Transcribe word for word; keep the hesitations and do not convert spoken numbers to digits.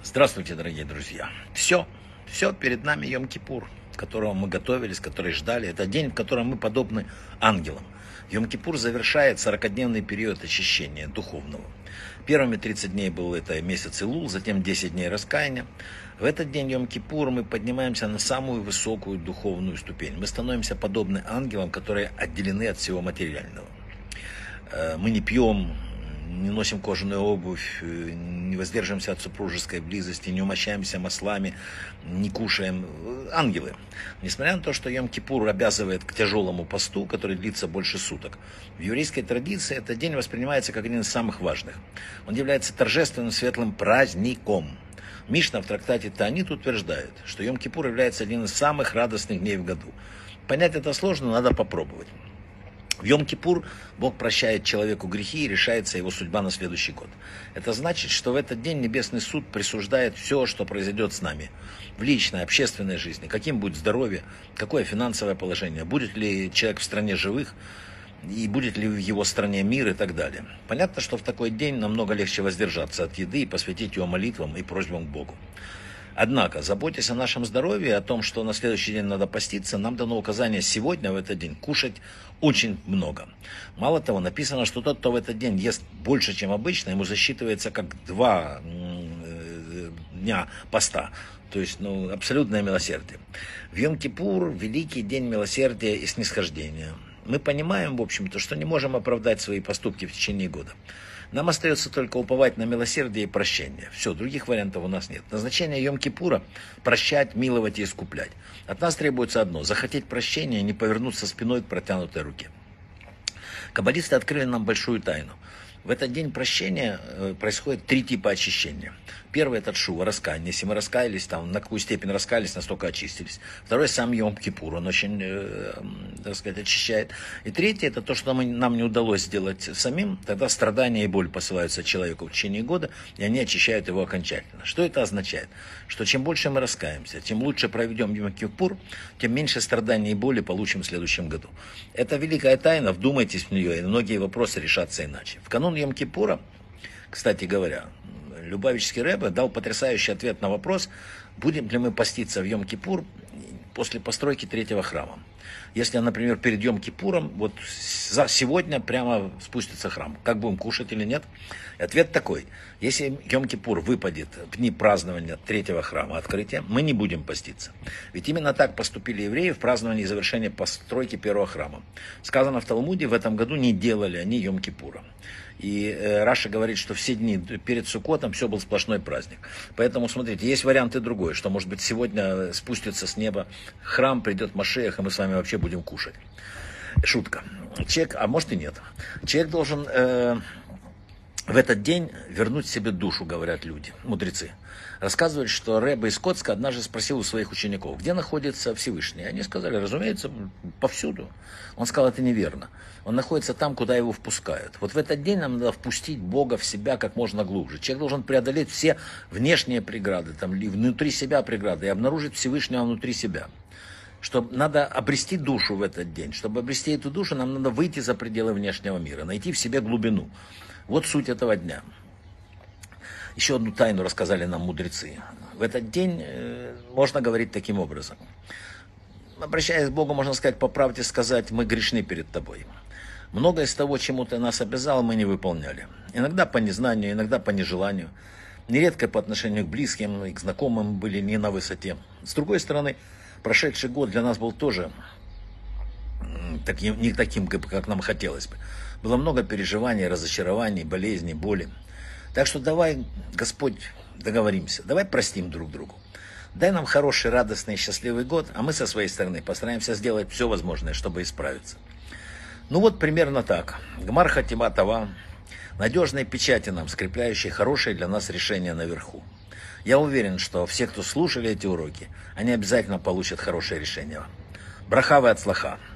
Здравствуйте, дорогие друзья. Все, все перед нами Йом-Кипур, к которому мы готовились, который ждали. Это день, в котором мы подобны ангелам. Йом-Кипур завершает сорокадневный период очищения духовного. Первыми тридцать дней был это месяц Илул, затем десять дней раскаяния. В этот день Йом-Кипур мы поднимаемся на самую высокую духовную ступень. Мы становимся подобны ангелам, которые отделены от всего материального. Мы не пьем, не носим кожаную обувь, не воздерживаемся от супружеской близости, не умощаемся маслами, не кушаем. Ангелы. Несмотря на то, что Йом-Кипур обязывает к тяжелому посту, который длится больше суток, в еврейской традиции этот день воспринимается как один из самых важных. Он является торжественным светлым праздником. Мишна в трактате Таанит утверждает, что Йом-Кипур является одним из самых радостных дней в году. Понять это сложно, надо попробовать. В Йом-Кипур Бог прощает человеку грехи и решается его судьба на следующий год. Это значит, что в этот день Небесный суд присуждает все, что произойдет с нами в личной, общественной жизни, каким будет здоровье, какое финансовое положение, будет ли человек в стране живых и будет ли в его стране мир и так далее. Понятно, что в такой день намного легче воздержаться от еды и посвятить ее молитвам и просьбам к Богу. Однако, заботясь о нашем здоровье, о том, что на следующий день надо поститься, нам дано указание сегодня, в этот день, кушать очень много. Мало того, написано, что тот, кто в этот день ест больше, чем обычно, ему засчитывается как два дня поста. То есть, ну, абсолютное милосердие. В Йом-Кипур великий день милосердия и снисхождения. Мы понимаем, в общем-то, что не можем оправдать свои поступки в течение года. Нам остается только уповать на милосердие и прощение. Все, других вариантов у нас нет. Назначение Йом-Кипура – прощать, миловать и искуплять. От нас требуется одно – захотеть прощения и не повернуться спиной к протянутой руке. Каббалисты открыли нам большую тайну. В этот день прощения происходит три типа очищения. Первый – это шува, раскаяние. Если мы раскаялись, там, на какую степень раскаялись, настолько очистились. Второй – сам Йом-Кипур, он очень, э, так сказать, очищает. И третий – это то, что мы, нам не удалось сделать самим. Тогда страдания и боль посылаются человеку в течение года, и они очищают его окончательно. Что это означает? Что чем больше мы раскаемся, тем лучше проведем Йом-Кипур, тем меньше страданий и боли получим в следующем году. Это великая тайна, вдумайтесь в нее, и многие вопросы решатся иначе. В канун Йом-Кипура, кстати говоря, Любавический Ребе дал потрясающий ответ на вопрос, будем ли мы поститься в Йом-Кипур после постройки третьего храма. Если, например, перед Йом-Кипуром, вот сегодня прямо спустится храм, как будем кушать или нет? И ответ такой, если Йом-Кипур выпадет в дни празднования третьего храма, открытия, мы не будем поститься. Ведь именно так поступили евреи в праздновании завершения постройки первого храма. Сказано в Талмуде, в этом году не делали они Йом-Кипура. И э, Раша говорит, что все дни перед Суккотом все был сплошной праздник. Поэтому, смотрите, есть варианты другой, что, может быть, сегодня спустится с неба храм, придет Машиах, и мы с вами вообще будем кушать. Шутка. Человек, а может и нет. Человек должен э, в этот день вернуть себе душу, говорят люди, мудрецы. Рассказывают, что Ребе из Коцка однажды спросил у своих учеников, где находится Всевышний. Они сказали, разумеется, повсюду. Он сказал, это неверно. Он находится там, куда его впускают. Вот в этот день нам надо впустить Бога в себя как можно глубже. Человек должен преодолеть все внешние преграды, там, и внутри себя преграды, и обнаружить Всевышнего внутри себя. Чтобы надо обрести душу в этот день. Чтобы обрести эту душу, нам надо выйти за пределы внешнего мира, найти в себе глубину. Вот суть этого дня. Еще одну тайну рассказали нам мудрецы. В этот день э, можно говорить таким образом. Обращаясь к Богу, можно сказать, по правде сказать, мы грешны перед Тобой. Многое из того, чему Ты нас обязал, мы не выполняли. Иногда по незнанию, иногда по нежеланию. Нередко по отношению к близким и к знакомым были не на высоте. С другой стороны, прошедший год для нас был тоже таким, не таким, как нам хотелось бы. Было много переживаний, разочарований, болезней, боли. Так что давай, Господь, договоримся, давай простим друг другу. Дай нам хороший, радостный, счастливый год, а мы со своей стороны постараемся сделать все возможное, чтобы исправиться. Ну вот примерно так. Гмар Хатима Това, надежные печати нам, скрепляющие хорошие для нас решения наверху. Я уверен, что все, кто слушали эти уроки, они обязательно получат хорошее решение. Браха ве ацлаха.